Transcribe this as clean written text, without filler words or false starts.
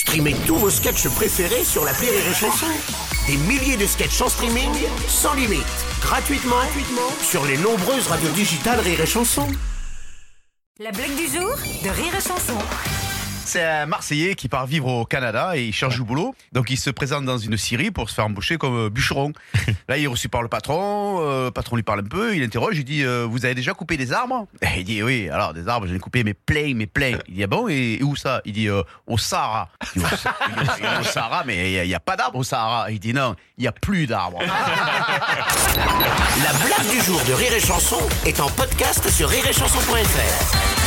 Streamez tous vos sketchs préférés sur l'appli Rire et Chanson. Des milliers de sketchs en streaming, sans limite, gratuitement sur les nombreuses radios digitales Rire et Chanson. La blague du jour de Rire et Chanson. C'est un Marseillais qui part vivre au Canada et il cherche du boulot. Donc il se présente dans une scierie pour se faire embaucher comme bûcheron. Là il est reçu par le patron. Le patron lui parle un peu, il interroge, il dit vous avez déjà coupé des arbres? Il dit oui, alors des arbres j'en ai coupé mais plein. Il dit ah bon, et où ça? Il dit au Sahara. Il dit, au Sahara, mais il n'y a pas d'arbres au Sahara. Il dit non, il n'y a plus d'arbres. La blague du jour de Rire et Chanson est en podcast sur rireetchanson.fr.